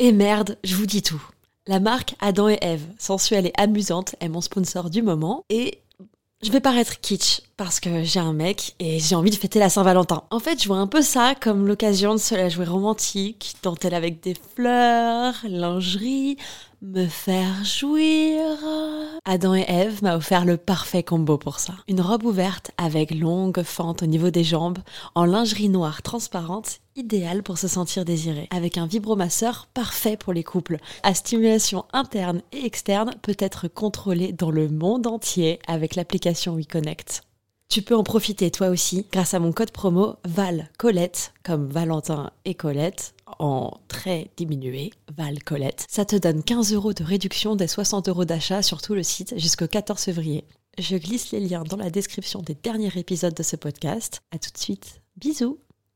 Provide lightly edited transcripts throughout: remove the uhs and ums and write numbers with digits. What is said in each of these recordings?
Et merde, je vous dis tout. La marque Adam et Ève, sensuelle et amusante, est mon sponsor du moment et je vais paraître kitsch parce que j'ai un mec et j'ai envie de fêter la Saint-Valentin. En fait, je vois un peu ça comme l'occasion de se la jouer romantique, dentelle avec des fleurs, lingerie, me faire jouir. Adam et Ève m'a offert le parfait combo pour ça. Une robe ouverte avec longue fente au niveau des jambes, en lingerie noire transparente, idéale pour se sentir désiré. Avec un vibromasseur parfait pour les couples. À stimulation interne et externe, peut être contrôlée dans le monde entier avec l'application WeConnect. Tu peux en profiter toi aussi grâce à mon code promo VALCOLETTE, comme Valentin et Colette, en très diminué, VALCOLETTE. Ça te donne 15 € de réduction des 60 € d'achat sur tout le site jusqu'au 14 février. Je glisse les liens dans la description des derniers épisodes de ce podcast. À tout de suite. Bisous.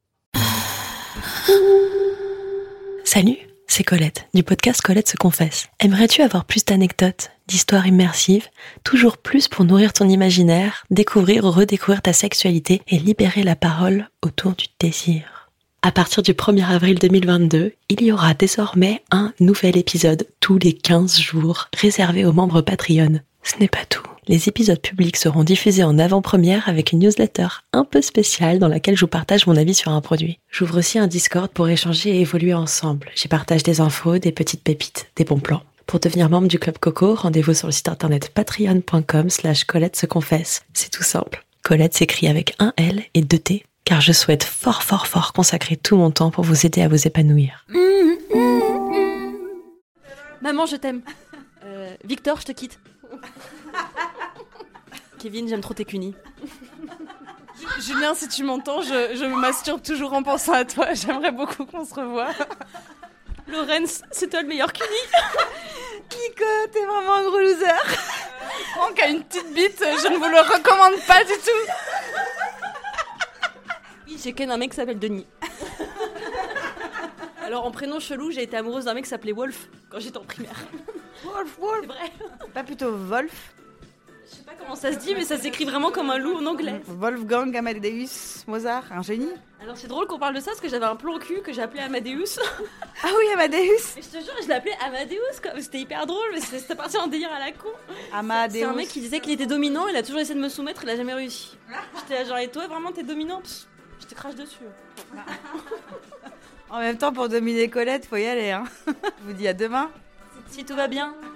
Salut, c'est Colette, du podcast Colette se confesse. Aimerais-tu avoir plus d'anecdotes, d'histoires immersives, toujours plus pour nourrir ton imaginaire, découvrir ou redécouvrir ta sexualité et libérer la parole autour du désir? À partir du 1er avril 2022, il y aura désormais un nouvel épisode tous les 15 jours, réservé aux membres Patreon. Ce n'est pas tout. Les épisodes publics seront diffusés en avant-première avec une newsletter un peu spéciale dans laquelle je vous partage mon avis sur un produit. J'ouvre aussi un Discord pour échanger et évoluer ensemble. J'y partage des infos, des petites pépites, des bons plans. Pour devenir membre du Club Coco, rendez-vous sur le site internet patreon.com/Colette se confesse. C'est tout simple. Colette s'écrit avec un L et 2 T, car je souhaite fort consacrer tout mon temps pour vous aider à vous épanouir. Maman, je t'aime. Victor, je te quitte. Kevin, j'aime trop tes cunis. Julien, si tu m'entends, je me masturbe toujours en pensant à toi. J'aimerais beaucoup qu'on se revoie. Laurence, c'est toi le meilleur cuni. Nico, t'es vraiment un gros loser. Franck a une petite bite, je ne vous le recommande pas du tout. Oui, j'ai ken un mec qui s'appelle Denis. Alors en prénom chelou, j'ai été amoureuse d'un mec qui s'appelait Wolf quand j'étais en primaire. Wolf. C'est vrai. Pas plutôt Wolf? Je sais pas comment ça se dit, mais ça s'écrit vraiment comme un loup en anglais. Wolfgang Amadeus Mozart, un génie. Alors c'est drôle qu'on parle de ça parce que j'avais un plan cul que j'ai appelé Amadeus. Ah oui, Amadeus. Et je te jure, je l'appelais Amadeus quoi. C'était hyper drôle, mais c'était parti en délire à la con. Amadeus. C'est un mec qui disait qu'il était dominant, il a toujours essayé de me soumettre, il a jamais réussi. J'étais là genre, et toi vraiment t'es dominant? Pff, je te crache dessus. En même temps, pour dominer Colette, faut y aller. Hein. Je vous dis à demain. Si tout va bien.